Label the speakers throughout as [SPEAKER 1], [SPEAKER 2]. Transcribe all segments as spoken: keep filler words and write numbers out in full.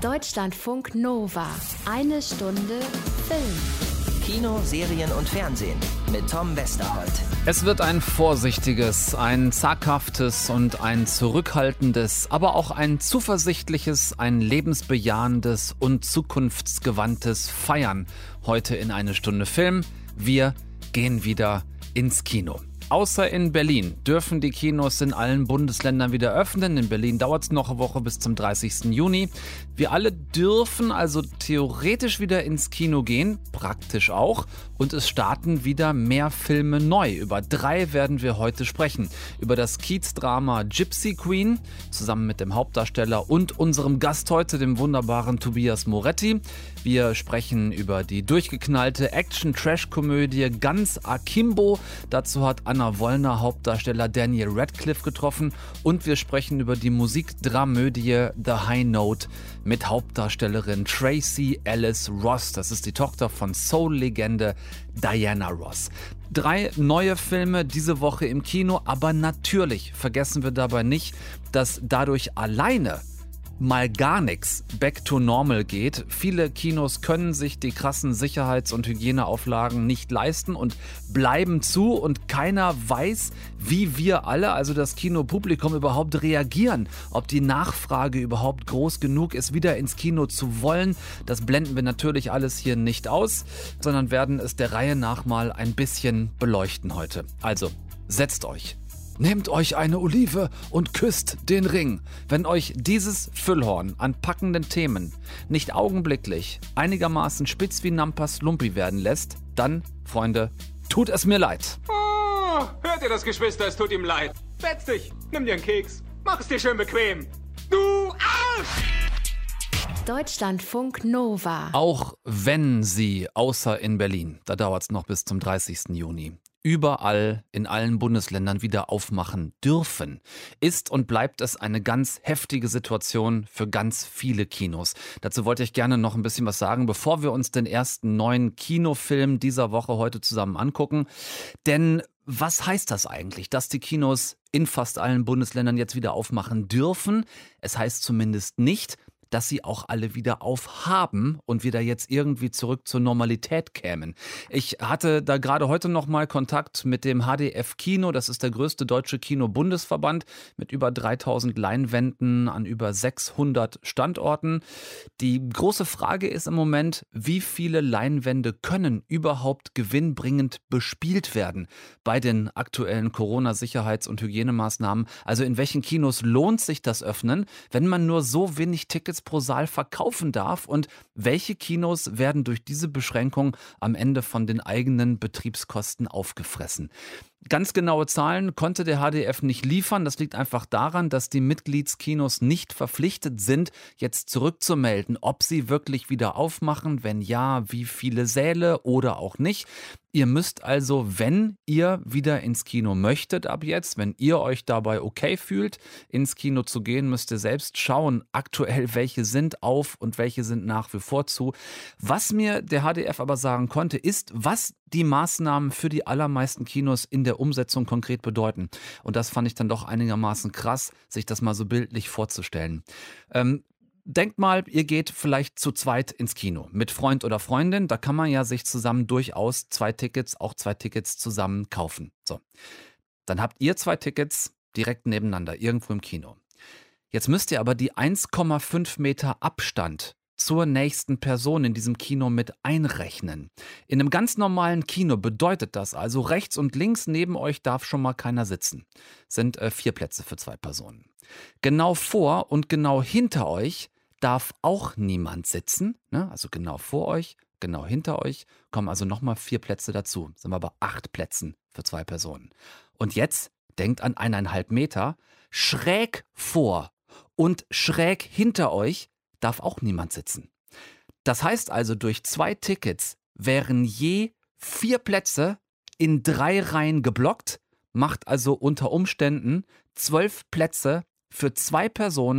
[SPEAKER 1] Deutschlandfunk Nova. Eine Stunde Film.
[SPEAKER 2] Kino, Serien und Fernsehen mit Tom Westerholt.
[SPEAKER 3] Es wird ein vorsichtiges, ein zaghaftes und ein zurückhaltendes, aber auch ein zuversichtliches, ein lebensbejahendes und zukunftsgewandtes Feiern heute in eine Stunde Film. Wir gehen wieder ins Kino. Außer in Berlin dürfen die Kinos in allen Bundesländern wieder öffnen. In Berlin dauert es noch eine Woche bis zum dreißigsten Juni. Wir alle dürfen also theoretisch wieder ins Kino gehen, praktisch auch. Und es starten wieder mehr Filme neu. Über drei werden wir heute sprechen. Über das Kiez-Drama Gypsy Queen, zusammen mit dem Hauptdarsteller und unserem Gast heute, dem wunderbaren Tobias Moretti. Wir sprechen über die durchgeknallte Action-Trash-Komödie Ganz Akimbo. Dazu hat Anna Wollner Hauptdarsteller Daniel Radcliffe getroffen. Und wir sprechen über die Musikdramödie The High Note mit Hauptdarstellerin Tracy Ellis Ross. Das ist die Tochter von Soul-Legende Diana Ross. Drei neue Filme diese Woche im Kino, aber natürlich vergessen wir dabei nicht, dass dadurch alleine mal gar nichts back to normal geht. Viele Kinos können sich die krassen Sicherheits- und Hygieneauflagen nicht leisten und bleiben zu und keiner weiß, wie wir alle, also das Kinopublikum, überhaupt reagieren. Ob die Nachfrage überhaupt groß genug ist, wieder ins Kino zu wollen. Das blenden wir natürlich alles hier nicht aus, sondern werden es der Reihe nach mal ein bisschen beleuchten heute. Also, setzt euch. Nehmt euch eine Olive und küsst den Ring. Wenn euch dieses Füllhorn an packenden Themen nicht augenblicklich einigermaßen spitz wie Nampas Lumpi werden lässt, dann, Freunde, tut es mir leid.
[SPEAKER 4] Oh, hört ihr das, Geschwister? Es tut ihm leid. Setz dich, nimm dir einen Keks, mach es dir schön bequem. Du Arsch!
[SPEAKER 1] Deutschlandfunk Nova.
[SPEAKER 3] Auch wenn sie, außer in Berlin, da dauert es noch bis zum dreißigsten Juni, überall in allen Bundesländern wieder aufmachen dürfen, ist und bleibt es eine ganz heftige Situation für ganz viele Kinos. Dazu wollte ich gerne noch ein bisschen was sagen, bevor wir uns den ersten neuen Kinofilm dieser Woche heute zusammen angucken. Denn was heißt das eigentlich, dass die Kinos in fast allen Bundesländern jetzt wieder aufmachen dürfen? Es heißt zumindest nicht, dass sie auch alle wieder aufhaben und wir da jetzt irgendwie zurück zur Normalität kämen. Ich hatte da gerade heute noch mal Kontakt mit dem H D F Kino, das ist der größte deutsche Kino-Bundesverband mit über dreitausend Leinwänden an über sechshundert Standorten. Die große Frage ist im Moment, wie viele Leinwände können überhaupt gewinnbringend bespielt werden bei den aktuellen Corona-Sicherheits- und Hygienemaßnahmen? Also in welchen Kinos lohnt sich das Öffnen, wenn man nur so wenig Tickets pro Saal verkaufen darf, und welche Kinos werden durch diese Beschränkung am Ende von den eigenen Betriebskosten aufgefressen? Ganz genaue Zahlen konnte der H D F nicht liefern. Das liegt einfach daran, dass die Mitgliedskinos nicht verpflichtet sind, jetzt zurückzumelden, ob sie wirklich wieder aufmachen, wenn ja, wie viele Säle oder auch nicht. Ihr müsst also, wenn ihr wieder ins Kino möchtet ab jetzt, wenn ihr euch dabei okay fühlt, ins Kino zu gehen, müsst ihr selbst schauen, aktuell welche sind auf und welche sind nach wie vor zu. Was mir der H D F aber sagen konnte, ist, was die Maßnahmen für die allermeisten Kinos in der Umsetzung konkret bedeuten. Und das fand ich dann doch einigermaßen krass, sich das mal so bildlich vorzustellen. Ähm, Denkt mal, ihr geht vielleicht zu zweit ins Kino mit Freund oder Freundin. Da kann man ja sich zusammen durchaus zwei Tickets, auch zwei Tickets zusammen kaufen. So, dann habt ihr zwei Tickets direkt nebeneinander, irgendwo im Kino. Jetzt müsst ihr aber die eins Komma fünf Meter Abstand zur nächsten Person in diesem Kino mit einrechnen. In einem ganz normalen Kino bedeutet das also, rechts und links neben euch darf schon mal keiner sitzen. Sind äh, vier Plätze für zwei Personen. Genau vor und genau hinter euch darf auch niemand sitzen. Ne? Also genau vor euch, genau hinter euch kommen also nochmal vier Plätze dazu. Sind wir bei acht Plätzen für zwei Personen. Und jetzt denkt an eineinhalb Meter. Schräg vor und schräg hinter euch darf auch niemand sitzen. Das heißt also, durch zwei Tickets wären je vier Plätze in drei Reihen geblockt, macht also unter Umständen zwölf Plätze für zwei Personen,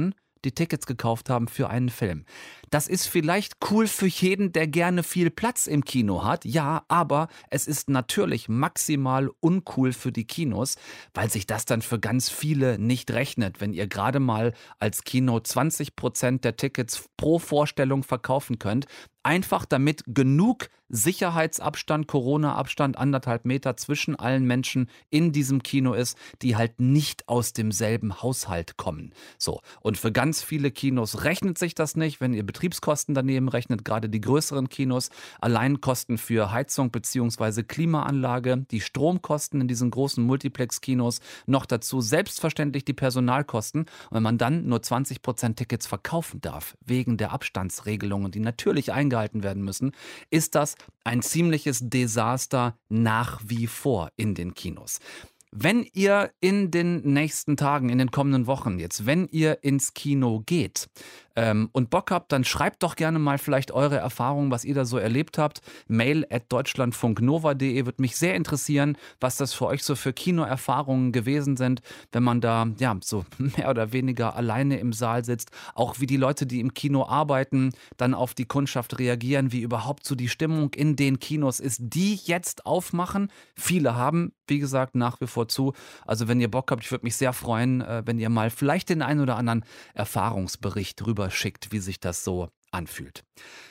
[SPEAKER 3] die Tickets gekauft haben für einen Film. Das ist vielleicht cool für jeden, der gerne viel Platz im Kino hat, ja, aber es ist natürlich maximal uncool für die Kinos, weil sich das dann für ganz viele nicht rechnet, wenn ihr gerade mal als Kino zwanzig Prozent der Tickets pro Vorstellung verkaufen könnt. Einfach damit genug Sicherheitsabstand, Corona-Abstand, anderthalb Meter zwischen allen Menschen in diesem Kino ist, die halt nicht aus demselben Haushalt kommen. So. Und für ganz viele Kinos rechnet sich das nicht, wenn ihr Betriebskosten daneben rechnet, gerade die größeren Kinos, allein Kosten für Heizung bzw. Klimaanlage, die Stromkosten in diesen großen Multiplex-Kinos, noch dazu selbstverständlich die Personalkosten. Und wenn man dann nur zwanzig Prozent Tickets verkaufen darf, wegen der Abstandsregelungen, die natürlich eingehalten werden müssen, ist das ein ziemliches Desaster nach wie vor in den Kinos. Wenn ihr in den nächsten Tagen, in den kommenden Wochen jetzt, wenn ihr ins Kino geht ähm, und Bock habt, dann schreibt doch gerne mal vielleicht eure Erfahrungen, was ihr da so erlebt habt. Mail at deutschlandfunknova punkt de würde mich sehr interessieren, was das für euch so für Kinoerfahrungen gewesen sind, wenn man da ja so mehr oder weniger alleine im Saal sitzt. Auch wie die Leute, die im Kino arbeiten, dann auf die Kundschaft reagieren, wie überhaupt so die Stimmung in den Kinos ist, die jetzt aufmachen. Viele haben, wie gesagt, nach wie vor zu. Also wenn ihr Bock habt, ich würde mich sehr freuen, wenn ihr mal vielleicht den einen oder anderen Erfahrungsbericht rüber schickt, wie sich das so anfühlt.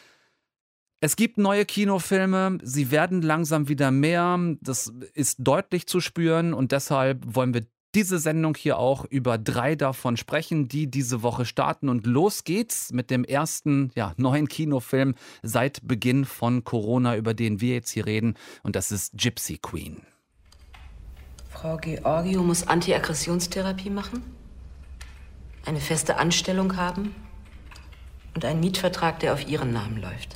[SPEAKER 3] Es gibt neue Kinofilme, sie werden langsam wieder mehr, das ist deutlich zu spüren und deshalb wollen wir diese Sendung hier auch über drei davon sprechen, die diese Woche starten. Und los geht's mit dem ersten ja, neuen Kinofilm seit Beginn von Corona, über den wir jetzt hier reden. Und das ist Gypsy Queen.
[SPEAKER 5] Frau Georgiou muss Antiaggressionstherapie machen, eine feste Anstellung haben und einen Mietvertrag, der auf ihren Namen läuft.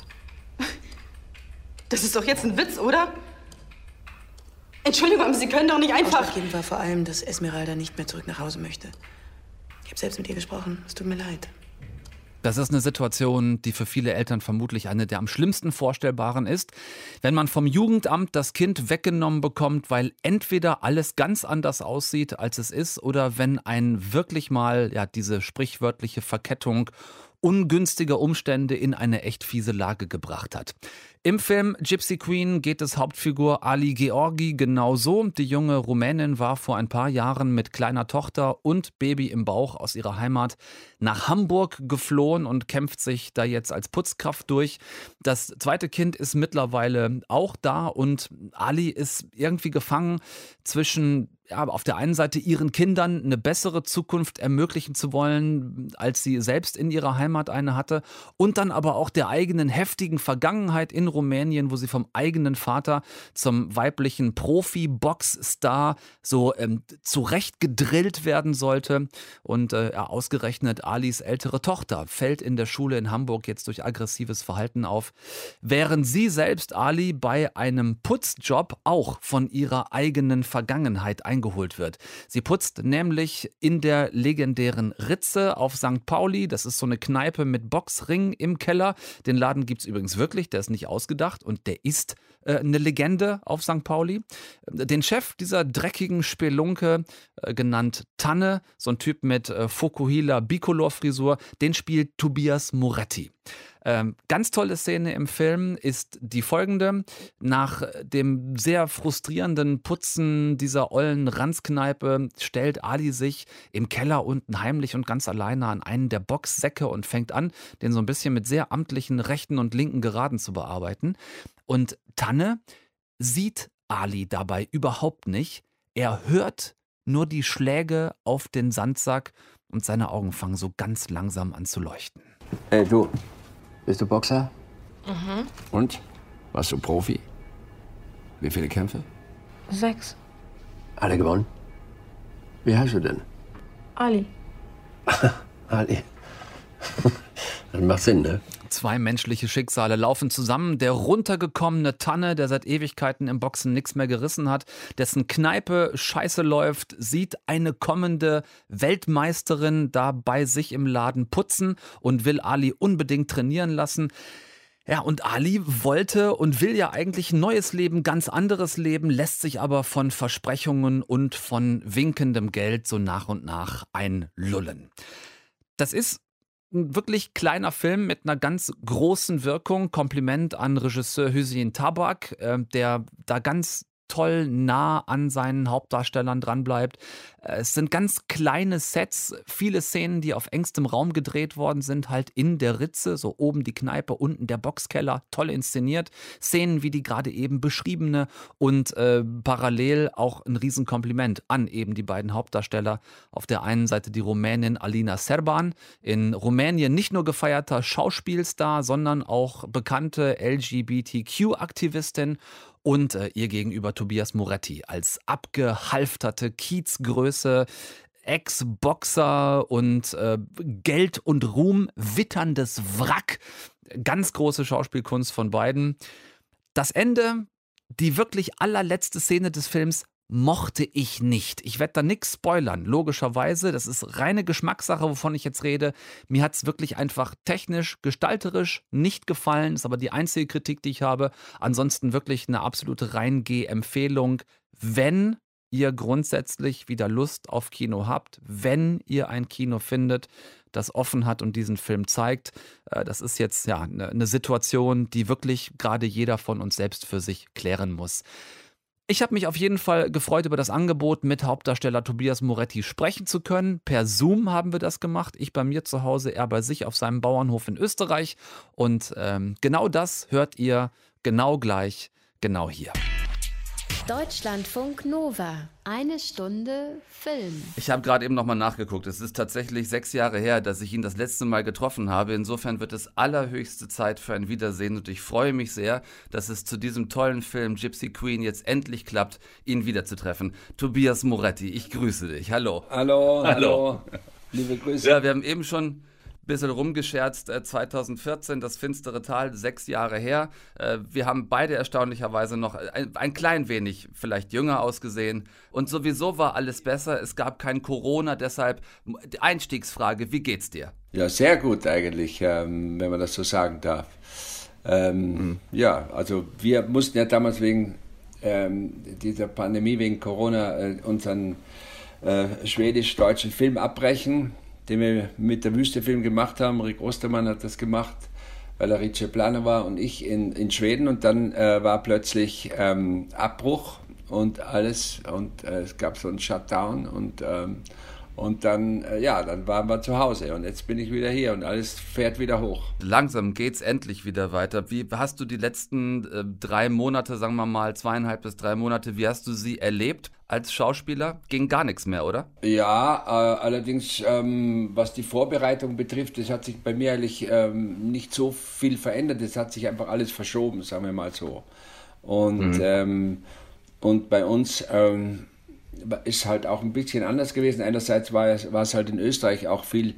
[SPEAKER 6] Das ist doch jetzt ein Witz, oder? Entschuldigung, aber Sie können doch nicht einfach...
[SPEAKER 7] Ausschlaggebend war vor allem, dass Esmeralda nicht mehr zurück nach Hause möchte. Ich habe selbst mit ihr gesprochen. Es tut mir leid.
[SPEAKER 3] Das ist eine Situation, die für viele Eltern vermutlich eine der am schlimmsten vorstellbaren ist. Wenn man vom Jugendamt das Kind weggenommen bekommt, weil entweder alles ganz anders aussieht, als es ist, oder wenn ein wirklich mal ja, diese sprichwörtliche Verkettung ungünstige Umstände in eine echt fiese Lage gebracht hat. Im Film Gypsy Queen geht es Hauptfigur Ali Georgi genauso. Die junge Rumänin war vor ein paar Jahren mit kleiner Tochter und Baby im Bauch aus ihrer Heimat nach Hamburg geflohen und kämpft sich da jetzt als Putzkraft durch. Das zweite Kind ist mittlerweile auch da und Ali ist irgendwie gefangen zwischen ja, auf der einen Seite ihren Kindern eine bessere Zukunft ermöglichen zu wollen, als sie selbst in ihrer Heimat eine hatte, und dann aber auch der eigenen heftigen Vergangenheit in Rumänien, wo sie vom eigenen Vater zum weiblichen Profi-Box-Star so ähm, zurechtgedrillt werden sollte. Und äh, ja, ausgerechnet Alis ältere Tochter fällt in der Schule in Hamburg jetzt durch aggressives Verhalten auf, während sie selbst Ali bei einem Putzjob auch von ihrer eigenen Vergangenheit eingeholt wird. Sie putzt nämlich in der legendären Ritze auf Sankt Pauli. Das ist so eine Kneipe mit Boxring im Keller. Den Laden gibt es übrigens wirklich, der ist nicht ausgedacht und der ist äh, eine Legende auf Sankt Pauli. Den Chef dieser dreckigen Spelunke, äh, genannt Tanne, so ein Typ mit äh, Fokuhila Bicolor-Frisur, den spielt Tobias Moretti. Ähm, ganz tolle Szene im Film ist die folgende. Nach dem sehr frustrierenden Putzen dieser ollen Ranzkneipe stellt Ali sich im Keller unten heimlich und ganz alleine an einen der Boxsäcke und fängt an, den so ein bisschen mit sehr amtlichen rechten und linken Geraden zu bearbeiten. Und Tanne sieht Ali dabei überhaupt nicht. Er hört nur die Schläge auf den Sandsack und seine Augen fangen so ganz langsam an zu leuchten.
[SPEAKER 8] Ey, du. Bist du Boxer? Mhm. Und? Warst du Profi? Wie viele Kämpfe?
[SPEAKER 6] Sechs.
[SPEAKER 8] Alle gewonnen? Wie heißt du denn?
[SPEAKER 6] Ali.
[SPEAKER 8] Ali. Das macht Sinn, ne?
[SPEAKER 3] Zwei menschliche Schicksale laufen zusammen. Der runtergekommene Tanne, der seit Ewigkeiten im Boxen nichts mehr gerissen hat, dessen Kneipe scheiße läuft, sieht eine kommende Weltmeisterin da bei sich im Laden putzen und will Ali unbedingt trainieren lassen. Ja, und Ali wollte und will ja eigentlich ein neues Leben, ganz anderes Leben, lässt sich aber von Versprechungen und von winkendem Geld so nach und nach einlullen. Das ist ein wirklich kleiner Film mit einer ganz großen Wirkung. Kompliment an Regisseur Hüseyin Tabak, äh, der da ganz toll nah an seinen Hauptdarstellern dranbleibt. Es sind ganz kleine Sets, viele Szenen, die auf engstem Raum gedreht worden sind, halt in der Ritze, so oben die Kneipe, unten der Boxkeller, toll inszeniert. Szenen wie die gerade eben beschriebene und äh, parallel auch ein Riesenkompliment an eben die beiden Hauptdarsteller. Auf der einen Seite die Rumänin Alina Serban, in Rumänien nicht nur gefeierter Schauspielstar, sondern auch bekannte L G B T Q-Aktivistin. Und äh, ihr gegenüber Tobias Moretti als abgehalfterte Kiezgröße, Ex-Boxer und äh, Geld und Ruhm witterndes Wrack. Ganz große Schauspielkunst von beiden. Das Ende, die wirklich allerletzte Szene des Films, mochte ich nicht. Ich werde da nichts spoilern, logischerweise. Das ist reine Geschmackssache, wovon ich jetzt rede. Mir hat es wirklich einfach technisch, gestalterisch nicht gefallen. Das ist aber die einzige Kritik, die ich habe. Ansonsten wirklich eine absolute Reingeh-Empfehlung, wenn ihr grundsätzlich wieder Lust auf Kino habt, wenn ihr ein Kino findet, das offen hat und diesen Film zeigt. Das ist jetzt ja eine Situation, die wirklich gerade jeder von uns selbst für sich klären muss. Ich habe mich auf jeden Fall gefreut über das Angebot, mit Hauptdarsteller Tobias Moretti sprechen zu können. Per Zoom haben wir das gemacht. Ich bei mir zu Hause, er bei sich auf seinem Bauernhof in Österreich. Und ähm, genau das hört ihr genau gleich, genau hier.
[SPEAKER 1] Deutschlandfunk Nova. Eine Stunde Film.
[SPEAKER 3] Ich habe gerade eben nochmal nachgeguckt. Es ist tatsächlich sechs Jahre her, dass ich ihn das letzte Mal getroffen habe. Insofern wird es allerhöchste Zeit für ein Wiedersehen. Und ich freue mich sehr, dass es zu diesem tollen Film Gypsy Queen jetzt endlich klappt, ihn wiederzutreffen. Tobias Moretti, ich grüße dich. Hallo.
[SPEAKER 8] Hallo, hallo.
[SPEAKER 3] Hallo.
[SPEAKER 8] Liebe Grüße.
[SPEAKER 3] Ja, wir haben eben schon bisschen rumgescherzt, äh, zweitausendvierzehn, das finstere Tal, sechs Jahre her. Äh, wir haben beide erstaunlicherweise noch ein, ein klein wenig vielleicht jünger ausgesehen. Und sowieso war alles besser. Es gab kein Corona, deshalb die Einstiegsfrage, wie geht's dir?
[SPEAKER 8] Ja, sehr gut eigentlich, ähm, wenn man das so sagen darf. Ähm, mhm. Ja, also wir mussten ja damals wegen ähm, dieser Pandemie, wegen Corona, äh, unseren äh, schwedisch-deutschen Film abbrechen, den wir mit der Wüste-Film gemacht haben. Rick Ostermann hat das gemacht, weil er Richie Planer war und ich in, in Schweden. Und dann äh, war plötzlich ähm, Abbruch und alles. Und äh, es gab so einen Shutdown. Und, ähm, und dann, äh, ja, dann waren wir zu Hause. Und jetzt bin ich wieder hier und alles fährt wieder hoch.
[SPEAKER 3] Langsam geht's endlich wieder weiter. Wie hast du die letzten äh, drei Monate, sagen wir mal zweieinhalb bis drei Monate, wie hast du sie erlebt? Als Schauspieler ging gar nichts mehr, oder?
[SPEAKER 8] Ja, äh, allerdings, ähm, was die Vorbereitung betrifft, das hat sich bei mir eigentlich ähm, nicht so viel verändert. Es hat sich einfach alles verschoben, sagen wir mal so. Und, mhm. ähm, und bei uns ähm, ist halt auch ein bisschen anders gewesen. Einerseits war es, war es halt in Österreich auch viel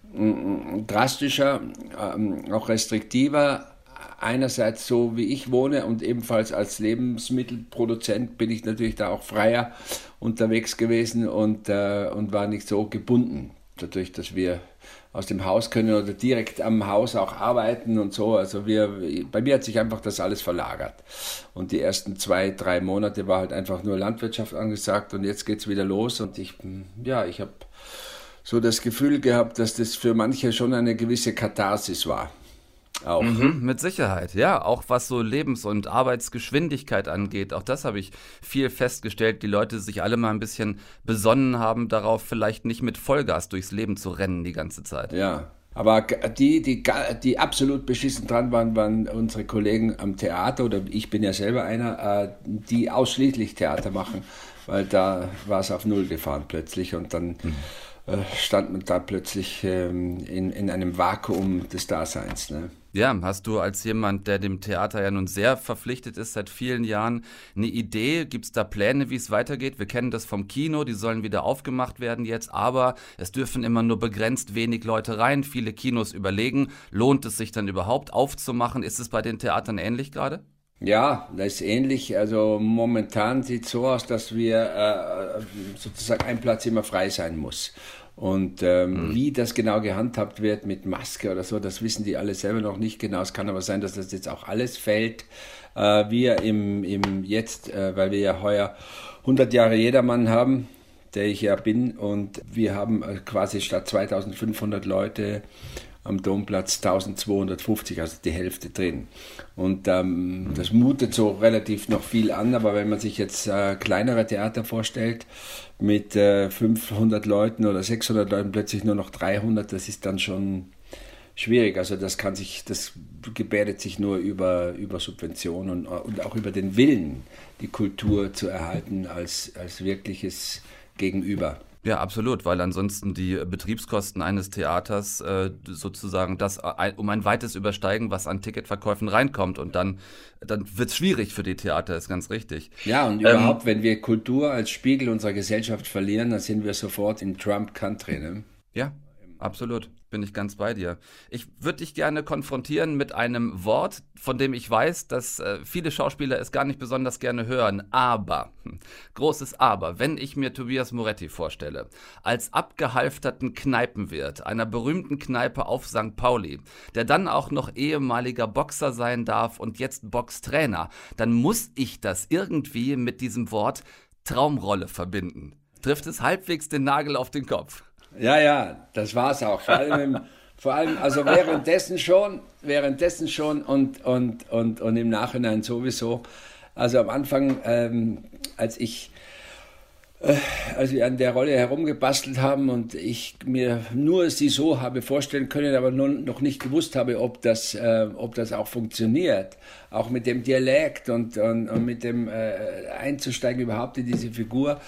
[SPEAKER 8] äh, drastischer, äh, auch restriktiver. Einerseits so, wie ich wohne und ebenfalls als Lebensmittelproduzent bin ich natürlich da auch freier unterwegs gewesen und, äh, und war nicht so gebunden, dadurch, dass wir aus dem Haus können oder direkt am Haus auch arbeiten und so. Also wir, bei mir hat sich einfach das alles verlagert. Und die ersten zwei, drei Monate war halt einfach nur Landwirtschaft angesagt und jetzt geht's wieder los und ich, ja, ich habe so das Gefühl gehabt, dass das für manche schon eine gewisse Katharsis war. Auch.
[SPEAKER 3] Mhm, mit Sicherheit, ja, auch was so Lebens- und Arbeitsgeschwindigkeit angeht, auch das habe ich viel festgestellt, die Leute sich alle mal ein bisschen besonnen haben darauf, vielleicht nicht mit Vollgas durchs Leben zu rennen die ganze Zeit.
[SPEAKER 8] Ja, aber die, die, die absolut beschissen dran waren, waren unsere Kollegen am Theater, oder ich bin ja selber einer, die ausschließlich Theater machen, weil da war es auf Null gefahren plötzlich und dann mhm. stand man da plötzlich in, in einem Vakuum des Daseins, ne?
[SPEAKER 3] Ja, hast du als jemand, der dem Theater ja nun sehr verpflichtet ist seit vielen Jahren, eine Idee? Gibt es da Pläne, wie es weitergeht? Wir kennen das vom Kino, die sollen wieder aufgemacht werden jetzt, aber es dürfen immer nur begrenzt wenig Leute rein. Viele Kinos überlegen, lohnt es sich dann überhaupt aufzumachen? Ist es bei den Theatern ähnlich gerade?
[SPEAKER 8] Ja, das ist ähnlich. Also momentan sieht es so aus, dass wir äh, sozusagen ein Platz immer frei sein muss. Und ähm, mhm. wie das genau gehandhabt wird mit Maske oder so, das wissen die alle selber noch nicht genau. Es kann aber sein, dass das jetzt auch alles fällt. Äh, wir im, im jetzt, äh, weil wir ja heuer hundert Jahre Jedermann haben, der ich ja bin, und wir haben quasi statt zweitausendfünfhundert Leute am Domplatz eintausendzweihundertfünfzig, also die Hälfte drin. Und ähm, das mutet so relativ noch viel an, aber wenn man sich jetzt äh, kleinere Theater vorstellt, mit äh, fünfhundert Leuten oder sechshundert Leuten plötzlich nur noch dreihundert, das ist dann schon schwierig. Also das kann sich, das gebärdet sich nur über, über Subventionen und, und auch über den Willen, die Kultur zu erhalten als, als wirkliches Gegenüber.
[SPEAKER 3] Ja, absolut, weil ansonsten die Betriebskosten eines Theaters äh, sozusagen das ein, um ein weites übersteigen, was an Ticketverkäufen reinkommt, und dann, dann wird es schwierig für die Theater, ist ganz richtig.
[SPEAKER 8] Ja, und ähm, überhaupt, wenn wir Kultur als Spiegel unserer Gesellschaft verlieren, dann sind wir sofort in Trump-Country, ne?
[SPEAKER 3] Ja, absolut. Bin ich ganz bei dir. Ich würde dich gerne konfrontieren mit einem Wort, von dem ich weiß, dass äh, viele Schauspieler es gar nicht besonders gerne hören. Aber, hm, großes Aber, wenn ich mir Tobias Moretti vorstelle, als abgehalfterten Kneipenwirt einer berühmten Kneipe auf Sankt Pauli, der dann auch noch ehemaliger Boxer sein darf und jetzt Boxtrainer, dann muss ich das irgendwie mit diesem Wort Traumrolle verbinden. Trifft es halbwegs den Nagel auf den Kopf?
[SPEAKER 8] Ja, ja, das war's auch. Vor allem, im, vor allem also währenddessen schon, währenddessen schon und, und, und, und im Nachhinein sowieso. Also am Anfang, ähm, als ich, äh, als wir an der Rolle herumgebastelt haben und ich mir nur sie so habe vorstellen können, aber nur, noch nicht gewusst habe, ob das, äh, ob das auch funktioniert, auch mit dem Dialekt und, und, und mit dem äh, Einzusteigen überhaupt in diese Figur,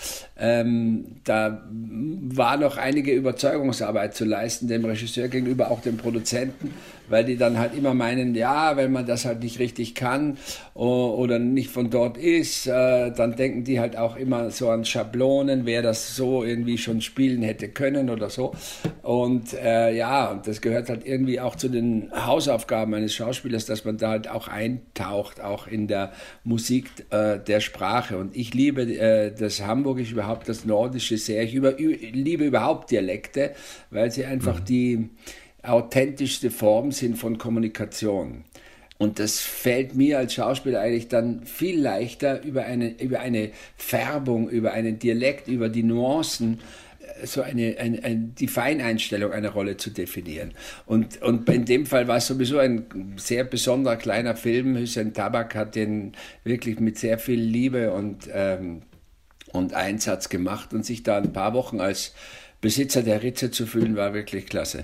[SPEAKER 8] ähm, da war noch einige Überzeugungsarbeit zu leisten, dem Regisseur gegenüber, auch dem Produzenten, weil die dann halt immer meinen, ja, wenn man das halt nicht richtig kann oder nicht von dort ist, äh, dann denken die halt auch immer so an Schablonen, wer das so irgendwie schon spielen hätte können oder so. Und äh, ja, und das gehört halt irgendwie auch zu den Hausaufgaben eines Schauspielers, dass man da halt auch eintaucht, auch in der Musik äh, der Sprache. Und ich liebe äh, das Hamburgische, überhaupt das Nordische sehr. Ich über, liebe überhaupt Dialekte, weil sie einfach mhm. die authentischste Form sind von Kommunikation. Und das fällt mir als Schauspieler eigentlich dann viel leichter, über eine, über eine Färbung, über einen Dialekt, über die Nuancen, so eine, eine, eine, die Feineinstellung einer Rolle zu definieren. Und, und in dem Fall war es sowieso ein sehr besonderer kleiner Film. Hüseyin Tabak hat den wirklich mit sehr viel Liebe und, ähm, und Einsatz gemacht, und sich da ein paar Wochen als Besitzer der Ritze zu fühlen, war wirklich klasse.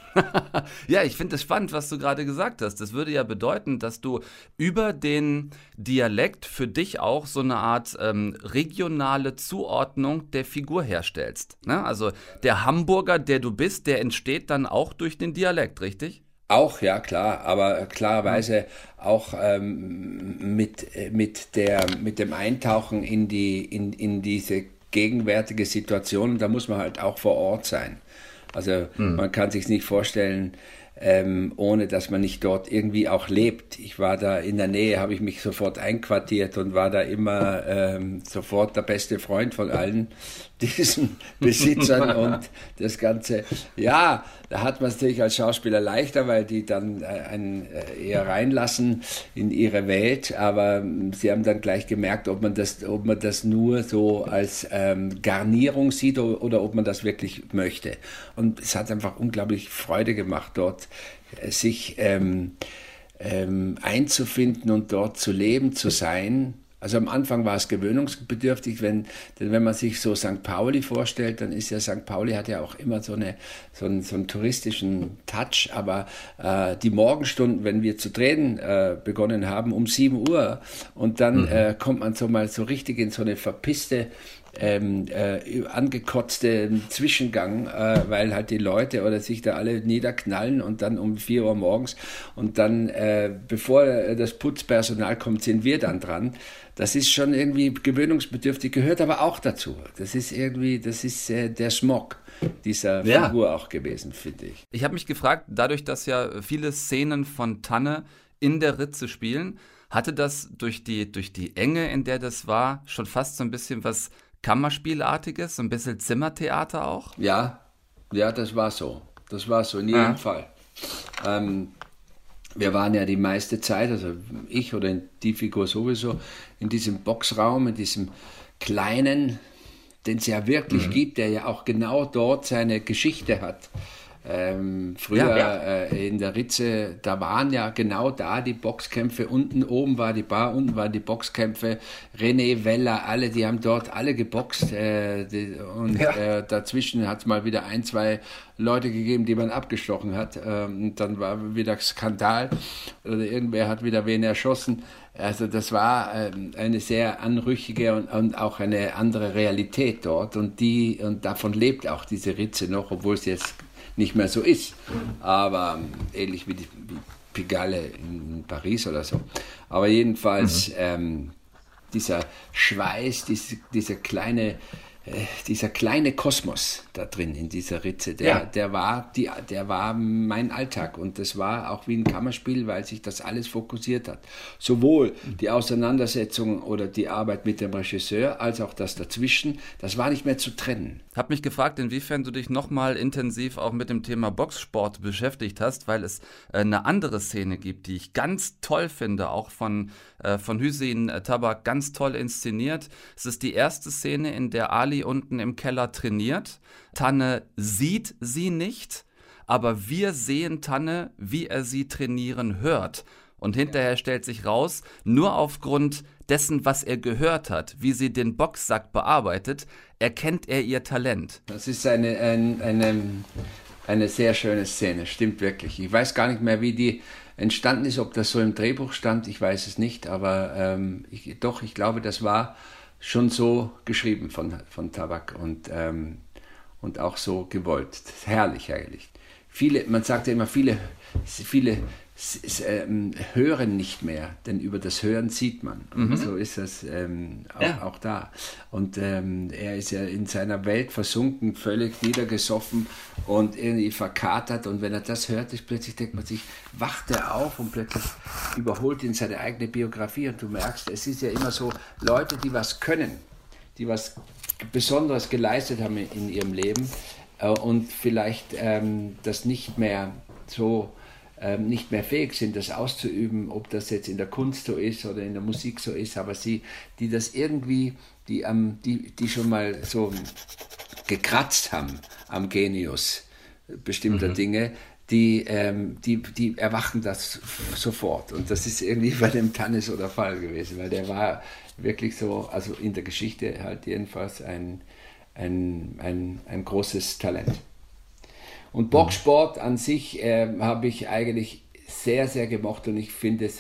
[SPEAKER 3] Ja, ich finde es spannend, was du gerade gesagt hast. Das würde ja bedeuten, dass du über den Dialekt für dich auch so eine Art ähm, regionale Zuordnung der Figur herstellst. Ne? Also der Hamburger, der du bist, der entsteht dann auch durch den Dialekt, richtig?
[SPEAKER 8] Auch, ja, klar, aber klarerweise auch ähm, mit, mit, der, mit dem Eintauchen in, die, in, in diese gegenwärtige Situation, da muss man halt auch vor Ort sein. Also mhm. man kann sich nicht vorstellen, ähm, ohne dass man nicht dort irgendwie auch lebt. Ich war da in der Nähe, habe ich mich sofort einquartiert und war da immer ähm, sofort der beste Freund von allen diesen Besitzern und das Ganze. Ja, da hat man es natürlich als Schauspieler leichter, weil die dann äh, einen äh, eher reinlassen in ihre Welt, aber äh, sie haben dann gleich gemerkt, ob man das, ob man das nur so als ähm, Garnierung sieht oder, oder ob man das wirklich möchte. Und es hat einfach unglaublich Freude gemacht, dort äh, sich ähm, ähm, einzufinden und dort zu leben, zu sein. Also am Anfang war es gewöhnungsbedürftig, wenn, denn wenn man sich so Sankt Pauli vorstellt, dann ist ja Sankt Pauli hat ja auch immer so, eine, so, einen, so einen touristischen Touch, aber äh, die Morgenstunden, wenn wir zu drehen äh, begonnen haben, um sieben Uhr und dann mhm. äh, kommt man so mal so richtig in so eine verpisste, Ähm, äh, angekotzte Zwischengang, äh, weil halt die Leute oder sich da alle niederknallen und dann um vier Uhr morgens und dann, äh, bevor das Putzpersonal kommt, sind wir dann dran. Das ist schon irgendwie gewöhnungsbedürftig, gehört aber auch dazu. Das ist irgendwie, das ist äh, der Smog dieser
[SPEAKER 3] ja.
[SPEAKER 8] Figur auch gewesen, finde ich.
[SPEAKER 3] Ich habe mich gefragt, dadurch, dass ja viele Szenen von Tanne in der Ritze spielen, hatte das durch die, durch die Enge, in der das war, schon fast so ein bisschen was Kammerspielartiges, so ein bisschen Zimmertheater auch?
[SPEAKER 8] Ja, ja, das war so. Das war so, in jedem
[SPEAKER 3] ah.
[SPEAKER 8] Fall. Ähm, wir waren ja die meiste Zeit, also ich oder die Figur sowieso, in diesem Boxraum, in diesem kleinen, den es ja wirklich mhm. gibt, der ja auch genau dort seine Geschichte hat. Ähm, früher ja, ja. Äh, in der Ritze, da waren ja genau da die Boxkämpfe, unten oben war die Bar, unten waren die Boxkämpfe, René Weller, alle, die haben dort alle geboxt äh, die, und ja. äh, dazwischen hat es mal wieder ein, zwei Leute gegeben, die man abgestochen hat ähm, und dann war wieder Skandal oder irgendwer hat wieder wen erschossen. Also das war ähm, eine sehr anrüchige und, und auch eine andere Realität dort und die und davon lebt auch diese Ritze noch, obwohl es jetzt nicht mehr so ist, aber ähnlich wie die wie Pigalle in Paris oder so. Aber jedenfalls mhm. ähm, dieser Schweiß, diese, diese kleine, äh, dieser kleine Kosmos da drin in dieser Ritze, der, ja. der, war die, der war mein Alltag und das war auch wie ein Kammerspiel, weil sich das alles fokussiert hat. Sowohl die Auseinandersetzung oder die Arbeit mit dem Regisseur, als auch das dazwischen, das war nicht mehr zu trennen.
[SPEAKER 3] Ich habe mich gefragt, inwiefern du dich nochmal intensiv auch mit dem Thema Boxsport beschäftigt hast, weil es äh, eine andere Szene gibt, die ich ganz toll finde, auch von, äh, von Hüseyin Tabak ganz toll inszeniert. Es ist die erste Szene, in der Ali unten im Keller trainiert. Tanne sieht sie nicht, aber wir sehen Tanne, wie er sie trainieren hört. Und hinterher stellt sich raus, nur aufgrund dessen, was er gehört hat, wie sie den Boxsack bearbeitet, erkennt er ihr Talent.
[SPEAKER 8] Das ist eine, ein, eine, eine sehr schöne Szene, stimmt wirklich. Ich weiß gar nicht mehr, wie die entstanden ist, ob das so im Drehbuch stand, ich weiß es nicht, aber ähm, ich, doch, ich glaube, das war schon so geschrieben von, von Tabak und, ähm, und auch so gewollt. Herrlich eigentlich. Viele, man sagt ja immer, viele, viele ähm, hören nicht mehr, denn über das Hören sieht man. Und mhm. so ist das ähm, auch, ja. auch da. Und ähm, er ist ja in seiner Welt versunken, völlig niedergesoffen und irgendwie verkatert. Und wenn er das hört, ist plötzlich denkt man sich, wacht er auf und plötzlich überholt ihn seine eigene Biografie. Und du merkst, es ist ja immer so, Leute, die was können, die was Besonderes geleistet haben in ihrem Leben äh, und vielleicht ähm, das nicht mehr so Ähm, nicht mehr fähig sind, das auszuüben, ob das jetzt in der Kunst so ist oder in der Musik so ist, aber sie, die das irgendwie, die, ähm, die, die schon mal so gekratzt haben am Genius bestimmter mhm. Dinge, die, ähm, die, die erwachen das sofort. Und das ist irgendwie bei dem Tanne so der Fall gewesen, weil der war wirklich so, also in der Geschichte halt jedenfalls ein, ein, ein, ein großes Talent. Und Boxsport an sich äh, habe ich eigentlich sehr, sehr gemocht und ich finde es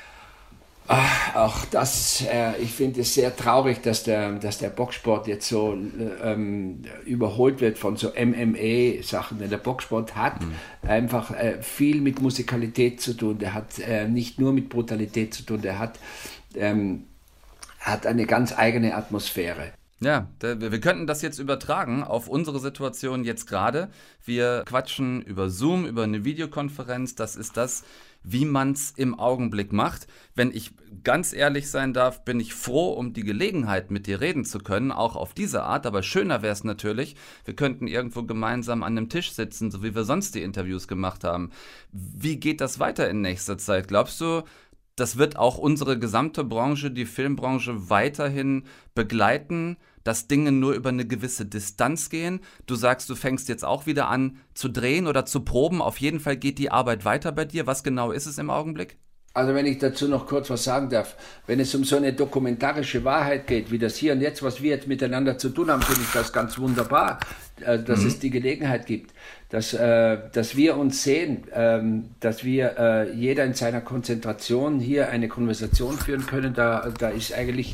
[SPEAKER 8] ach, auch das, äh, ich finde es sehr traurig, dass der, dass der Boxsport jetzt so ähm, überholt wird von so M M A-Sachen. Denn der Boxsport hat mhm. einfach äh, viel mit Musikalität zu tun, der hat äh, nicht nur mit Brutalität zu tun, der hat, ähm, hat eine ganz eigene Atmosphäre.
[SPEAKER 3] Ja, wir könnten das jetzt übertragen auf unsere Situation jetzt gerade. Wir quatschen über Zoom, über eine Videokonferenz. Das ist das, wie man es im Augenblick macht. Wenn ich ganz ehrlich sein darf, bin ich froh um die Gelegenheit, mit dir reden zu können, auch auf diese Art. Aber schöner wäre es natürlich, wir könnten irgendwo gemeinsam an einem Tisch sitzen, so wie wir sonst die Interviews gemacht haben. Wie geht das weiter in nächster Zeit? Glaubst du, das wird auch unsere gesamte Branche, die Filmbranche, weiterhin begleiten, dass Dinge nur über eine gewisse Distanz gehen? Du sagst, du fängst jetzt auch wieder an zu drehen oder zu proben. Auf jeden Fall geht die Arbeit weiter bei dir. Was genau ist es im Augenblick?
[SPEAKER 8] Also wenn ich dazu noch kurz was sagen darf, wenn es um so eine dokumentarische Wahrheit geht, wie das hier und jetzt, was wir jetzt miteinander zu tun haben, finde ich das ganz wunderbar, dass mhm. es die Gelegenheit gibt, dass, dass wir uns sehen, dass wir jeder in seiner Konzentration hier eine Konversation führen können. Da, da ist eigentlich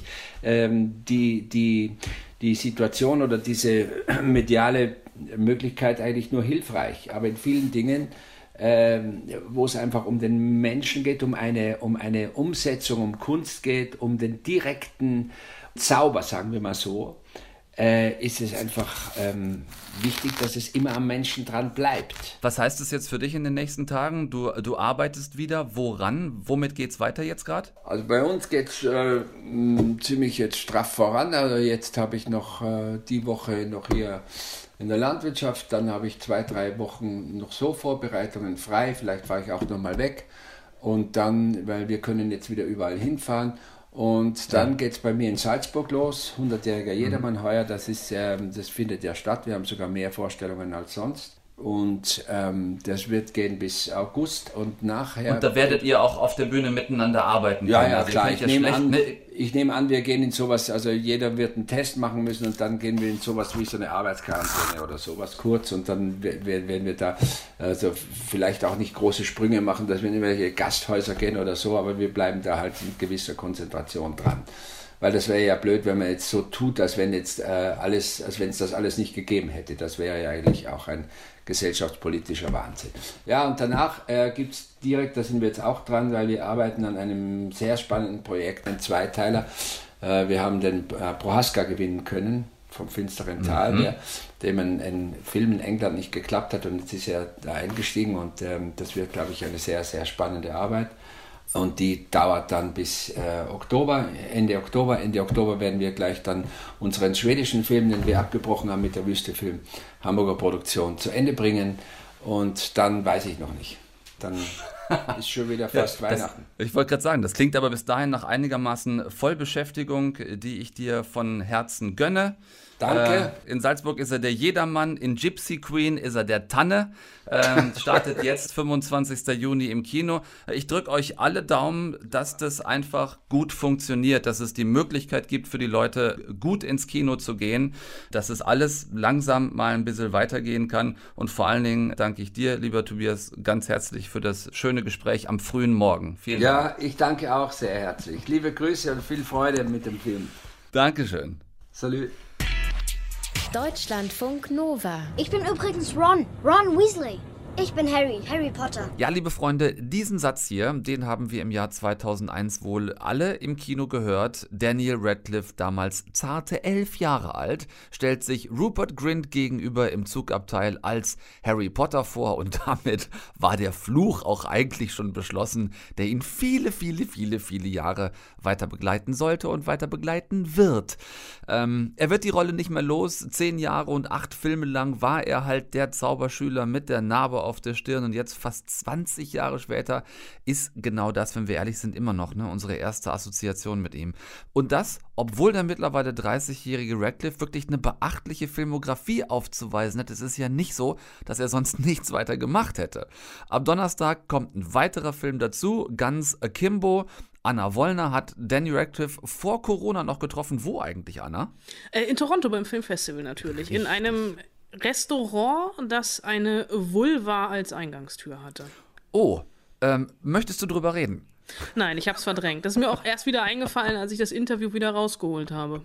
[SPEAKER 8] die, die, die Situation oder diese mediale Möglichkeit eigentlich nur hilfreich. Aber in vielen Dingen, Ähm, wo es einfach um den Menschen geht, um eine, um eine Umsetzung, um Kunst geht, um den direkten Zauber, sagen wir mal so, äh, ist es einfach ähm, wichtig, dass es immer am Menschen dran bleibt.
[SPEAKER 3] Was heißt es jetzt für dich in den nächsten Tagen? Du, du arbeitest wieder. Woran? Womit geht es weiter jetzt gerade?
[SPEAKER 8] Also bei uns geht es äh, ziemlich jetzt straff voran. Also jetzt habe ich noch äh, die Woche noch hier in der Landwirtschaft, dann habe ich zwei, drei Wochen noch so Vorbereitungen frei, vielleicht fahre ich auch noch mal weg und dann, weil wir können jetzt wieder überall hinfahren und dann ja. geht es bei mir in Salzburg los, hundertjähriger Jedermann heuer, das, ist, ähm, das findet ja statt, wir haben sogar mehr Vorstellungen als sonst. Und ähm, das wird gehen bis August und nachher...
[SPEAKER 3] Und da werdet ihr auch auf der Bühne miteinander arbeiten
[SPEAKER 8] ja,
[SPEAKER 3] können.
[SPEAKER 8] Ja,
[SPEAKER 3] also
[SPEAKER 8] klar. Ich,
[SPEAKER 3] ich
[SPEAKER 8] nehme
[SPEAKER 3] schlecht,
[SPEAKER 8] an,
[SPEAKER 3] ne?
[SPEAKER 8] ich nehme an, wir gehen in sowas, also jeder wird einen Test machen müssen und dann gehen wir in sowas wie so eine Arbeitsquarantäne oder sowas kurz und dann werden wir da also vielleicht auch nicht große Sprünge machen, dass wir in irgendwelche Gasthäuser gehen oder so, aber wir bleiben da halt in gewisser Konzentration dran. Weil das wäre ja blöd, wenn man jetzt so tut, als wenn jetzt äh, alles, als wenn es das alles nicht gegeben hätte. Das wäre ja eigentlich auch ein gesellschaftspolitischer Wahnsinn. Ja, und danach äh, gibt es direkt, da sind wir jetzt auch dran, weil wir arbeiten an einem sehr spannenden Projekt, ein Zweiteiler. Äh, wir haben den äh, Prohaska gewinnen können vom Finsteren Tal, mhm. der, dem ein, ein Film in England nicht geklappt hat und jetzt ist er da eingestiegen und ähm, das wird, glaube ich, eine sehr, sehr spannende Arbeit. Und die dauert dann bis äh, Oktober, Ende Oktober. Ende Oktober werden wir gleich dann unseren schwedischen Film, den wir abgebrochen haben mit der Wüstefilm, Hamburger Produktion, zu Ende bringen. Und dann weiß ich noch nicht. Dann ist schon wieder fast ja, Weihnachten.
[SPEAKER 3] Das, ich wollte gerade sagen, das klingt aber bis dahin nach einigermaßen Vollbeschäftigung, die ich dir von Herzen gönne.
[SPEAKER 8] Danke.
[SPEAKER 3] Äh, in Salzburg ist er der Jedermann, in Gypsy Queen ist er der Tanne. Ähm, startet jetzt fünfundzwanzigsten Juni im Kino. Ich drücke euch alle Daumen, dass das einfach gut funktioniert, dass es die Möglichkeit gibt für die Leute, gut ins Kino zu gehen, dass es alles langsam mal ein bisschen weitergehen kann. Und vor allen Dingen danke ich dir, lieber Tobias, ganz herzlich für das schöne Gespräch am frühen Morgen. Vielen
[SPEAKER 8] ja,
[SPEAKER 3] Dank.
[SPEAKER 8] Ja, ich danke auch sehr herzlich. Liebe Grüße und viel Freude mit dem Film.
[SPEAKER 3] Dankeschön.
[SPEAKER 8] Salut.
[SPEAKER 1] Deutschlandfunk Nova.
[SPEAKER 9] Ich bin übrigens Ron, Ron Weasley. Ich bin Harry, Harry Potter.
[SPEAKER 3] Ja, liebe Freunde, diesen Satz hier, den haben wir im Jahr zweitausendeins wohl alle im Kino gehört. Daniel Radcliffe, damals zarte elf Jahre alt, stellt sich Rupert Grint gegenüber im Zugabteil als Harry Potter vor und damit war der Fluch auch eigentlich schon beschlossen, der ihn viele, viele, viele, viele Jahre weiter begleiten sollte und weiter begleiten wird. Ähm, er wird die Rolle nicht mehr los. Zehn Jahre und acht Filme lang war er halt der Zauberschüler mit der Narbe auf der Stirn und jetzt fast zwanzig Jahre später ist genau das, wenn wir ehrlich sind, immer noch ne, unsere erste Assoziation mit ihm. Und das, obwohl der mittlerweile dreißigjährige Radcliffe wirklich eine beachtliche Filmografie aufzuweisen hat. Es ist ja nicht so, dass er sonst nichts weiter gemacht hätte. Am Donnerstag kommt ein weiterer Film dazu, Guns Akimbo. Anna Wollner hat Danny Radcliffe vor Corona noch getroffen. Wo eigentlich, Anna?
[SPEAKER 10] Äh, in Toronto beim Filmfestival natürlich. In einem Restaurant, das eine Vulva als Eingangstür hatte.
[SPEAKER 3] Oh, ähm, möchtest du drüber reden?
[SPEAKER 10] Nein, ich habe es verdrängt. Das ist mir auch erst wieder eingefallen, als ich das Interview wieder rausgeholt habe.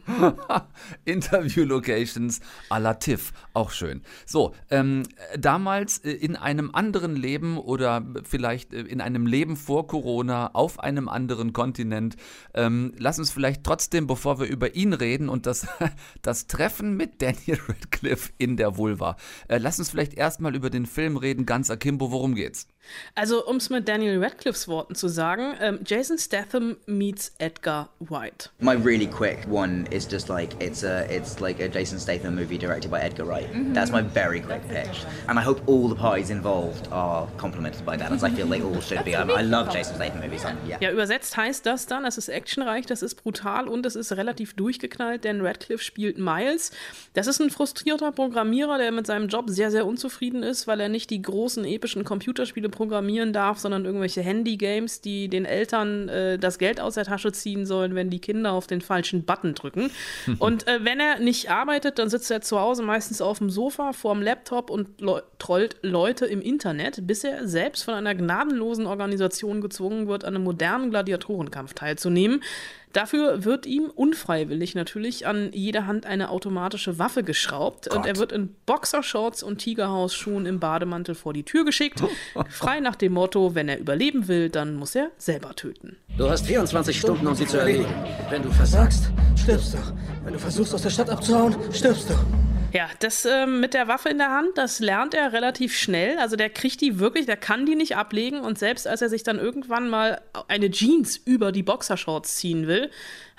[SPEAKER 3] Interview-Locations à la TIFF, auch schön. So, ähm, damals in einem anderen Leben oder vielleicht in einem Leben vor Corona auf einem anderen Kontinent. Ähm, lass uns vielleicht trotzdem, bevor wir über ihn reden und das, das Treffen mit Daniel Radcliffe in der Vulva, äh, lass uns vielleicht erstmal über den Film reden, Guns Akimbo. Worum geht's?
[SPEAKER 10] Also, um es mit Daniel Radcliffes Worten zu sagen, um, Jason Statham meets Edgar Wright.
[SPEAKER 11] My really quick one is just like, it's a, it's like a Jason Statham movie directed by Edgar Wright. Mm-hmm. That's my very quick pitch. And I hope all the parties involved are complimented by that, as I feel they all should be. I, I love Jason Statham movies. Um, yeah.
[SPEAKER 10] Ja, übersetzt heißt das dann, es ist actionreich, das ist brutal und es ist relativ durchgeknallt, denn Radcliffe spielt Miles. Das ist ein frustrierter Programmierer, der mit seinem Job sehr, sehr unzufrieden ist, weil er nicht die großen epischen Computerspiele programmieren darf, sondern irgendwelche Handy-Games, die den Eltern äh, das Geld aus der Tasche ziehen sollen, wenn die Kinder auf den falschen Button drücken. Und äh, wenn er nicht arbeitet, dann sitzt er zu Hause meistens auf dem Sofa vorm Laptop und le- trollt Leute im Internet, bis er selbst von einer gnadenlosen Organisation gezwungen wird, an einem modernen Gladiatorenkampf teilzunehmen. Dafür wird ihm unfreiwillig natürlich an jeder Hand eine automatische Waffe geschraubt. Gott. Und er wird in Boxershorts und Tigerhausschuhen im Bademantel vor die Tür geschickt. Frei nach dem Motto, wenn er überleben will, dann muss er selber töten.
[SPEAKER 12] Du hast vierundzwanzig Stunden, um sie zu erledigen. Wenn du versagst, stirbst du. Wenn du versuchst, aus der Stadt abzuhauen, stirbst du.
[SPEAKER 10] Ja, das äh, mit der Waffe in der Hand, das lernt er relativ schnell. Also der kriegt die wirklich, der kann die nicht ablegen. Und selbst als er sich dann irgendwann mal eine Jeans über die Boxershorts ziehen will,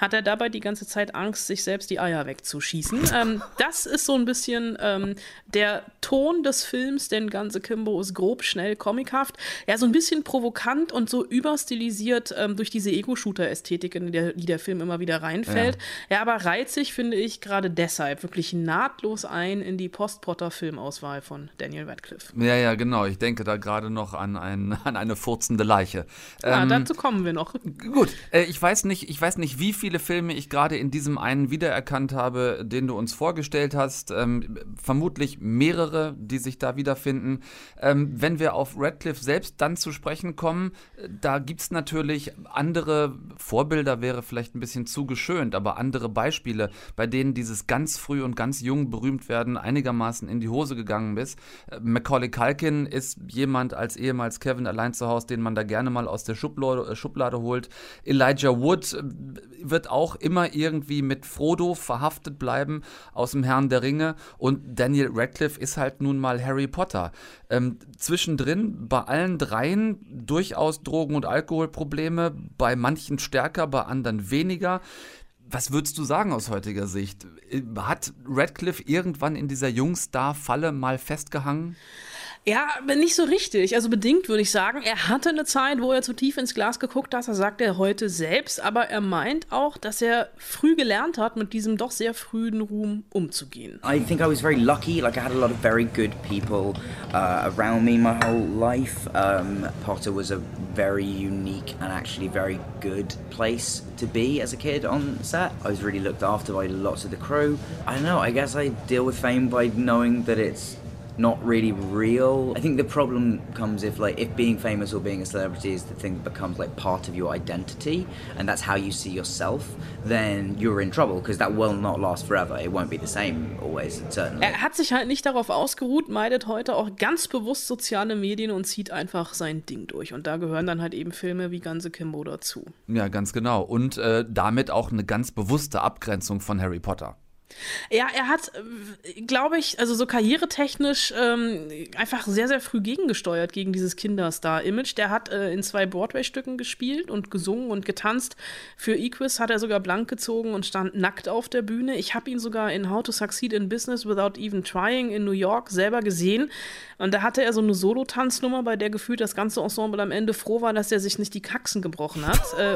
[SPEAKER 10] hat er dabei die ganze Zeit Angst, sich selbst die Eier wegzuschießen. ähm, das ist so ein bisschen ähm, der Ton des Films, denn Guns Akimbo ist grob, schnell, comichaft. Ja, so ein bisschen provokant und so überstilisiert ähm, durch diese Ego-Shooter-Ästhetik, in der, die der Film immer wieder reinfällt. Ja, ja, aber reizig finde ich gerade deshalb wirklich nahtlos ein in die Post-Potter-Filmauswahl von Daniel Radcliffe.
[SPEAKER 3] Ja, ja, genau. Ich denke da gerade noch an, ein, an eine furzende Leiche.
[SPEAKER 10] Ja,
[SPEAKER 3] ähm,
[SPEAKER 10] dazu kommen wir noch.
[SPEAKER 3] Gut, äh, ich weiß nicht, ich weiß nicht, wie viele Filme ich gerade in diesem einen wiedererkannt habe, den du uns vorgestellt hast. Ähm, vermutlich mehrere, die sich da wiederfinden. Ähm, wenn wir auf Radcliffe selbst dann zu sprechen kommen, da gibt es natürlich andere Vorbilder, wäre vielleicht ein bisschen zu geschönt, aber andere Beispiele, bei denen dieses ganz früh und ganz jung berühmt werden, einigermaßen in die Hose gegangen ist. Äh, Macaulay Culkin ist jemand als ehemals Kevin allein zu Hause, den man da gerne mal aus der Schublade, Schublade holt. Elijah Wood wird auch immer irgendwie mit Frodo verhaftet bleiben aus dem Herrn der Ringe und Daniel Radcliffe ist halt nun mal Harry Potter. Ähm, zwischendrin bei allen dreien durchaus Drogen- und Alkoholprobleme, bei manchen stärker, bei anderen weniger. Was würdest du sagen aus heutiger Sicht? Hat Radcliffe irgendwann in dieser Jungstar-Falle mal festgehangen?
[SPEAKER 10] Ja, aber nicht so richtig. Also bedingt würde ich sagen, er hatte eine Zeit, wo er zu tief ins Glas geguckt hat, das sagt er heute selbst, aber er meint auch, dass er früh gelernt hat, mit diesem doch sehr frühen Ruhm umzugehen.
[SPEAKER 11] I think I was very lucky, like I had a lot of very good people uh, around me my whole life. Um, Potter was a very unique and actually very good place to be as a kid on set. I was really looked after by lots of the crew. I don't know, I guess I deal with fame by knowing that it's not really real. I think the problem comes if like if being famous or being a celebrity is the thing that becomes like part of your identity and that's how you see yourself, then you're in trouble because that will not last forever. It won't be the same always, certainly.
[SPEAKER 10] Er hat sich halt nicht darauf ausgeruht, meidet heute auch ganz bewusst soziale Medien und zieht einfach sein Ding durch. Und da gehören dann halt eben Filme wie Guns Akimbo dazu.
[SPEAKER 3] Ja, ganz genau. Und äh, damit auch eine ganz bewusste Abgrenzung von Harry Potter.
[SPEAKER 10] Ja, er hat, glaube ich, also so karrieretechnisch ähm, einfach sehr, sehr früh gegengesteuert gegen dieses Kinderstar-Image. Der hat äh, in zwei Broadway-Stücken gespielt und gesungen und getanzt. Für Equus hat er sogar blank gezogen und stand nackt auf der Bühne. Ich habe ihn sogar in How to Succeed in Business Without Even Trying in New York selber gesehen. Und da hatte er so eine Solo-Tanznummer, bei der gefühlt das ganze Ensemble am Ende froh war, dass er sich nicht die Kaxen gebrochen hat. äh,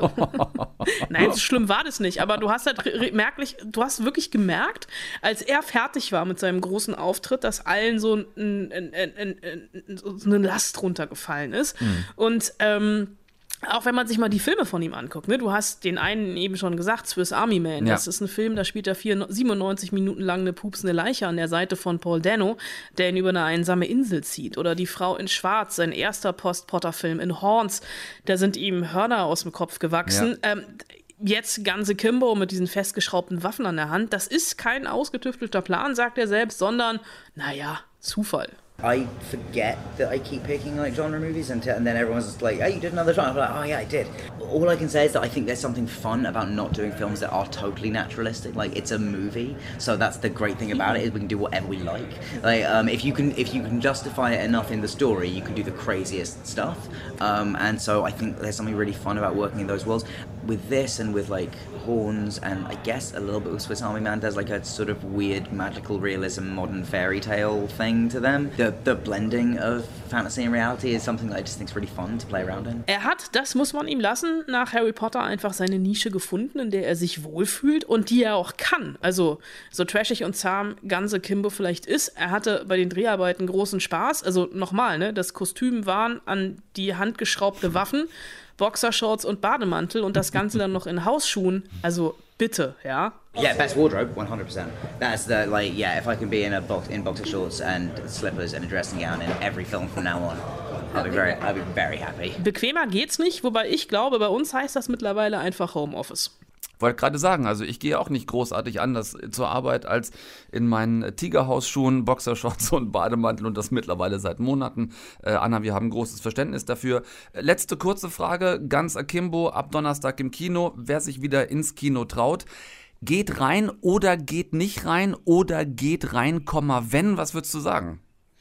[SPEAKER 10] Nein, so schlimm war das nicht. Aber du hast halt merklich, du hast wirklich gemerkt, als er fertig war mit seinem großen Auftritt, dass allen so, ein, ein, ein, ein, ein, so eine Last runtergefallen ist. Mhm. Und ähm, auch wenn man sich mal die Filme von ihm anguckt, ne? Du hast den einen eben schon gesagt, Swiss Army Man. Ja. Das ist ein Film, da spielt er siebenundneunzig Minuten lang eine pupsende Leiche an der Seite von Paul Dano, der ihn über eine einsame Insel zieht. Oder Die Frau in Schwarz, sein erster Post-Potter-Film in Horns, da sind ihm Hörner aus dem Kopf gewachsen. Ja. Ähm, Jetzt Guns Akimbo mit diesen festgeschraubten Waffen an der Hand. Das ist kein ausgetüftelter Plan, sagt er selbst, sondern, naja, Zufall.
[SPEAKER 11] I forget that I keep picking like genre movies and, t- and then everyone's just like, oh, you did another genre. I'm like, oh yeah, I did. All I can say is that I think there's something fun about not doing films that are totally naturalistic. Like it's a movie, so that's the great thing about it is we can do whatever we like. Like um, if you can if you can justify it enough in the story, you can do the craziest stuff. Um, and so I think there's something really fun about working in those worlds. With this and with like Horns and I guess a little bit with Swiss Army Man, there's like a sort of weird magical realism, modern fairy tale thing to them. The, the blending of fantasy and reality is something that I just think is really fun to play around in.
[SPEAKER 10] Er hat, das muss man ihm lassen, nach Harry Potter einfach seine Nische gefunden, in der er sich wohlfühlt und die er auch kann. Also so trashig und zahm Guns Akimbo vielleicht ist, er hatte bei den Dreharbeiten großen Spaß. Also nochmal, ne, das Kostüm waren an die handgeschraubte Waffen, Boxershorts und Bademantel und das Ganze dann noch in Hausschuhen. Also bitte, ja.
[SPEAKER 11] Yeah, best wardrobe, one hundred percent. That's the, like, yeah, if I can be in a box, in boxer shorts and slippers and a dressing gown in every film from now on, I'll be very, I'll be very happy.
[SPEAKER 10] Bequemer geht's nicht, wobei ich glaube, bei uns heißt das mittlerweile einfach Homeoffice.
[SPEAKER 3] Wollte gerade sagen, also ich gehe auch nicht großartig anders zur Arbeit als in meinen Tigerhausschuhen, Boxershorts und Bademantel und das mittlerweile seit Monaten. Äh, Anna, wir haben großes Verständnis dafür. Letzte kurze Frage, Guns Akimbo ab Donnerstag im Kino. Wer sich wieder ins Kino traut, geht rein oder geht nicht rein oder geht rein, wenn? Was würdest du sagen?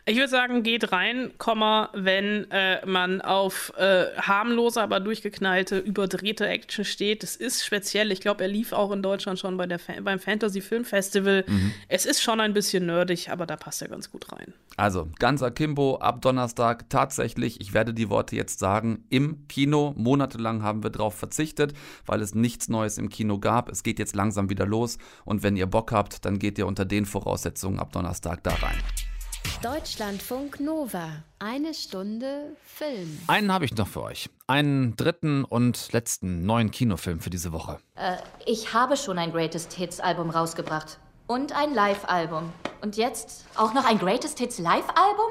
[SPEAKER 10] Ich würde sagen, geht rein, Komma, wenn äh, man auf äh, harmlose, aber durchgeknallte, überdrehte Action steht. Das ist speziell. Ich glaube, er lief auch in Deutschland schon bei der Fa- beim Fantasy Film Festival. Mhm. Es ist schon ein bisschen nerdig, aber da passt er ganz gut rein.
[SPEAKER 3] Also, ganz akimbo ab Donnerstag tatsächlich, ich werde die Worte jetzt sagen, im Kino. Monatelang haben wir drauf verzichtet, weil es nichts Neues im Kino gab. Es geht jetzt langsam wieder los und wenn ihr Bock habt, dann geht ihr unter den Voraussetzungen ab Donnerstag da rein.
[SPEAKER 1] Deutschlandfunk Nova. Eine Stunde Film.
[SPEAKER 3] Einen habe ich noch für euch. Einen dritten und letzten neuen Kinofilm für diese Woche.
[SPEAKER 13] Äh, ich habe schon ein Greatest Hits Album rausgebracht. Und ein Live-Album. Und jetzt auch noch ein Greatest Hits Live-Album?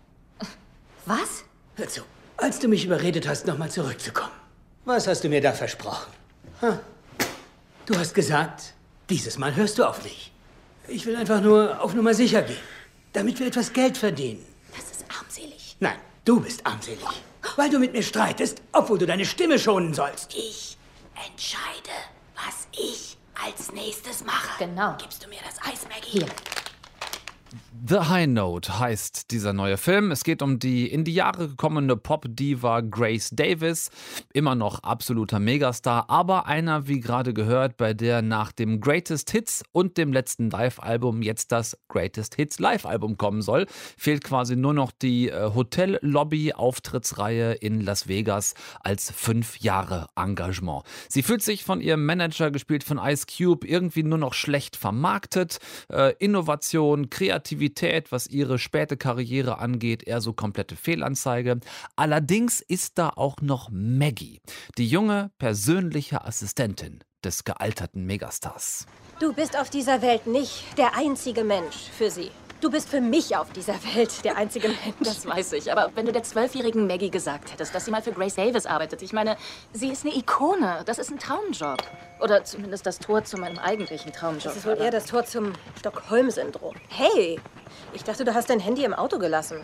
[SPEAKER 13] Was?
[SPEAKER 12] Hör zu, als du mich überredet hast, nochmal zurückzukommen. Was hast du mir da versprochen? Ha? Du hast gesagt, dieses Mal hörst du auf mich. Ich will einfach nur auf Nummer sicher gehen, damit wir etwas Geld verdienen.
[SPEAKER 13] Das ist armselig.
[SPEAKER 12] Nein, du bist armselig. Weil du mit mir streitest, obwohl du deine Stimme schonen sollst.
[SPEAKER 13] Ich entscheide, was ich als nächstes mache.
[SPEAKER 5] Genau.
[SPEAKER 13] Gibst du mir das Eis, Maggie?
[SPEAKER 5] Hier.
[SPEAKER 3] The High Note heißt dieser neue Film. Es geht um die in die Jahre gekommene Pop-Diva Grace Davis. Immer noch absoluter Megastar, aber einer, wie gerade gehört, bei der nach dem Greatest Hits und dem letzten Live-Album jetzt das Greatest Hits Live-Album kommen soll. Fehlt quasi nur noch die äh, Hotel-Lobby-Auftrittsreihe in Las Vegas als fünf Jahre Engagement. Sie fühlt sich von ihrem Manager, gespielt von Ice Cube, irgendwie nur noch schlecht vermarktet. Äh, Innovation, Kreativität, was ihre späte Karriere angeht, eher so komplette Fehlanzeige. Allerdings ist da auch noch Maggie, die junge persönliche Assistentin des gealterten Megastars.
[SPEAKER 14] Du bist auf dieser Welt nicht der einzige Mensch für sie. Du bist für mich auf dieser Welt der einzige Mensch.
[SPEAKER 5] Das weiß ich, aber wenn du der zwölfjährigen Maggie gesagt hättest, dass sie mal für Grace Davis arbeitet, ich meine, sie ist eine Ikone, das ist ein Traumjob. Oder zumindest das Tor zu meinem eigentlichen Traumjob.
[SPEAKER 14] Das ist wohl eher das Tor zum Stockholm-Syndrom. Hey, ich dachte, du hast dein Handy im Auto gelassen.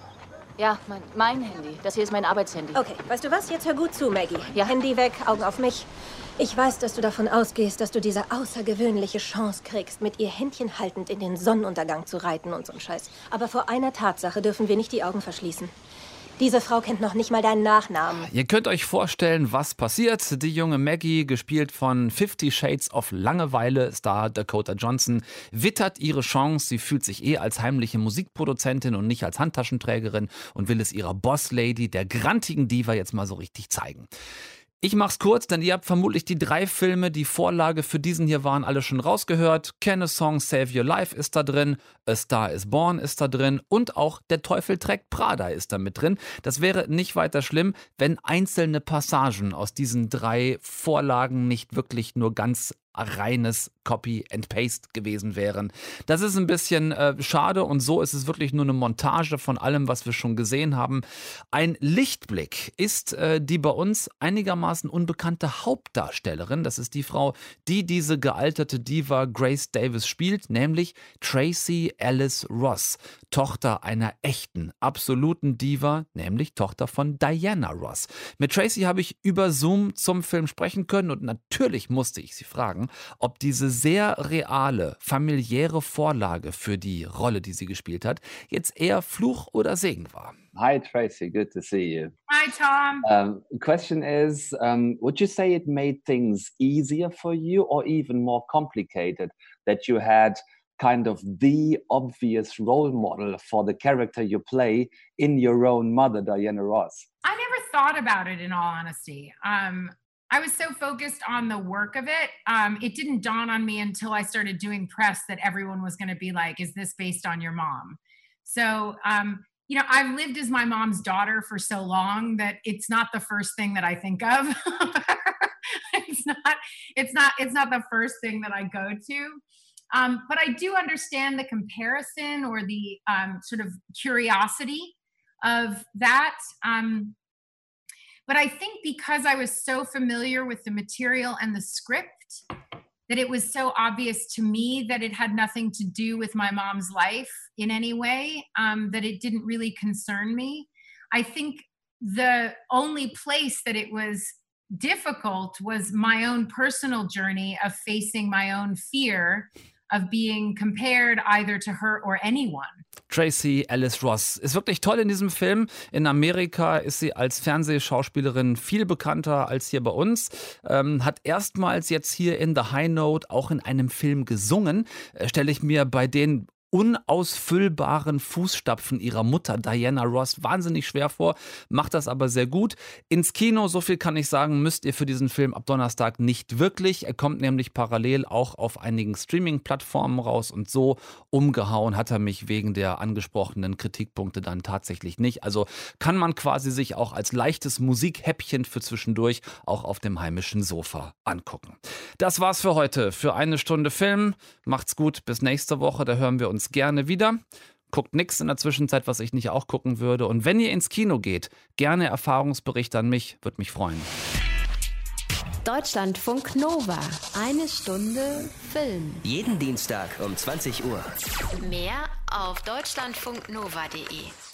[SPEAKER 5] Ja, mein, mein Handy. Das hier ist mein Arbeitshandy.
[SPEAKER 14] Okay, weißt du was? Jetzt hör gut zu, Maggie.
[SPEAKER 5] Ja.
[SPEAKER 14] Handy weg, Augen auf mich. Ich weiß, dass du davon ausgehst, dass du diese außergewöhnliche Chance kriegst, mit ihr Händchen haltend in den Sonnenuntergang zu reiten und so'n Scheiß. Aber vor einer Tatsache dürfen wir nicht die Augen verschließen. Diese Frau kennt noch nicht mal deinen Nachnamen.
[SPEAKER 3] Ihr könnt euch vorstellen, was passiert. Die junge Maggie, gespielt von Fifty Shades of Langeweile, Star Dakota Johnson, wittert ihre Chance. Sie fühlt sich eh als heimliche Musikproduzentin und nicht als Handtaschenträgerin und will es ihrer Bosslady, der grantigen Diva, jetzt mal so richtig zeigen. Ich mach's kurz, denn ihr habt vermutlich die drei Filme, die Vorlage für diesen hier waren, alle schon rausgehört. Can a Song Save Your Life ist da drin, A Star is Born ist da drin und auch Der Teufel trägt Prada ist da mit drin. Das wäre nicht weiter schlimm, wenn einzelne Passagen aus diesen drei Vorlagen nicht wirklich nur ganz reines Copy and Paste gewesen wären. Das ist ein bisschen äh, schade und so ist es wirklich nur eine Montage von allem, was wir schon gesehen haben. Ein Lichtblick ist äh, die bei uns einigermaßen unbekannte Hauptdarstellerin. Das ist die Frau, die diese gealterte Diva Grace Davis spielt, nämlich Tracy Ellis Ross, Tochter einer echten, absoluten Diva, nämlich Tochter von Diana Ross. Mit Tracy habe ich über Zoom zum Film sprechen können und natürlich musste ich sie fragen, ob diese sehr reale, familiäre Vorlage für die Rolle, die sie gespielt hat, jetzt eher Fluch oder Segen war.
[SPEAKER 15] Hi Tracy, good to see you.
[SPEAKER 16] Hi Tom.
[SPEAKER 15] Um, question is, um, would you say it made things easier for you or even more complicated that you had kind of the obvious role model for the character you play in your own mother, Diana Ross?
[SPEAKER 16] I never thought about it, in all honesty. Um, I was so focused on the work of it. Um, it didn't dawn on me until I started doing press that everyone was going to be like, is this based on your mom? So, um, you know, I've lived as my mom's daughter for so long that it's not the first thing that I think of. it's not, it's not, it's not the first thing that I go to. Um, but I do understand the comparison or the um, sort of curiosity of that. Um, But I think because I was so familiar with the material and the script, that it was so obvious to me that it had nothing to do with my mom's life in any way, um, that it didn't really concern me. I think the only place that it was difficult was my own personal journey of facing my own fear of being compared either to her or anyone.
[SPEAKER 3] Tracee Ellis Ross ist wirklich toll in diesem Film. In Amerika ist sie als Fernsehschauspielerin viel bekannter als hier bei uns. Ähm, hat erstmals jetzt hier in The High Note auch in einem Film gesungen. Äh, stelle ich mir bei den unausfüllbaren Fußstapfen ihrer Mutter Diana Ross wahnsinnig schwer vor, macht das aber sehr gut. Ins Kino, so viel kann ich sagen, müsst ihr für diesen Film ab Donnerstag nicht wirklich. Er kommt nämlich parallel auch auf einigen Streaming-Plattformen raus und so umgehauen hat er mich wegen der angesprochenen Kritikpunkte dann tatsächlich nicht. Also kann man quasi sich auch als leichtes Musikhäppchen für zwischendurch auch auf dem heimischen Sofa angucken. Das war's für heute, für eine Stunde Film. Macht's gut, bis nächste Woche, da hören wir uns gerne wieder. Guckt nichts in der Zwischenzeit, was ich nicht auch gucken würde. Und wenn ihr ins Kino geht, gerne Erfahrungsbericht an mich, würde mich freuen.
[SPEAKER 1] Deutschlandfunk Nova. Eine Stunde Film.
[SPEAKER 2] Jeden Dienstag um zwanzig Uhr.
[SPEAKER 1] Mehr auf deutschlandfunknova punkt de.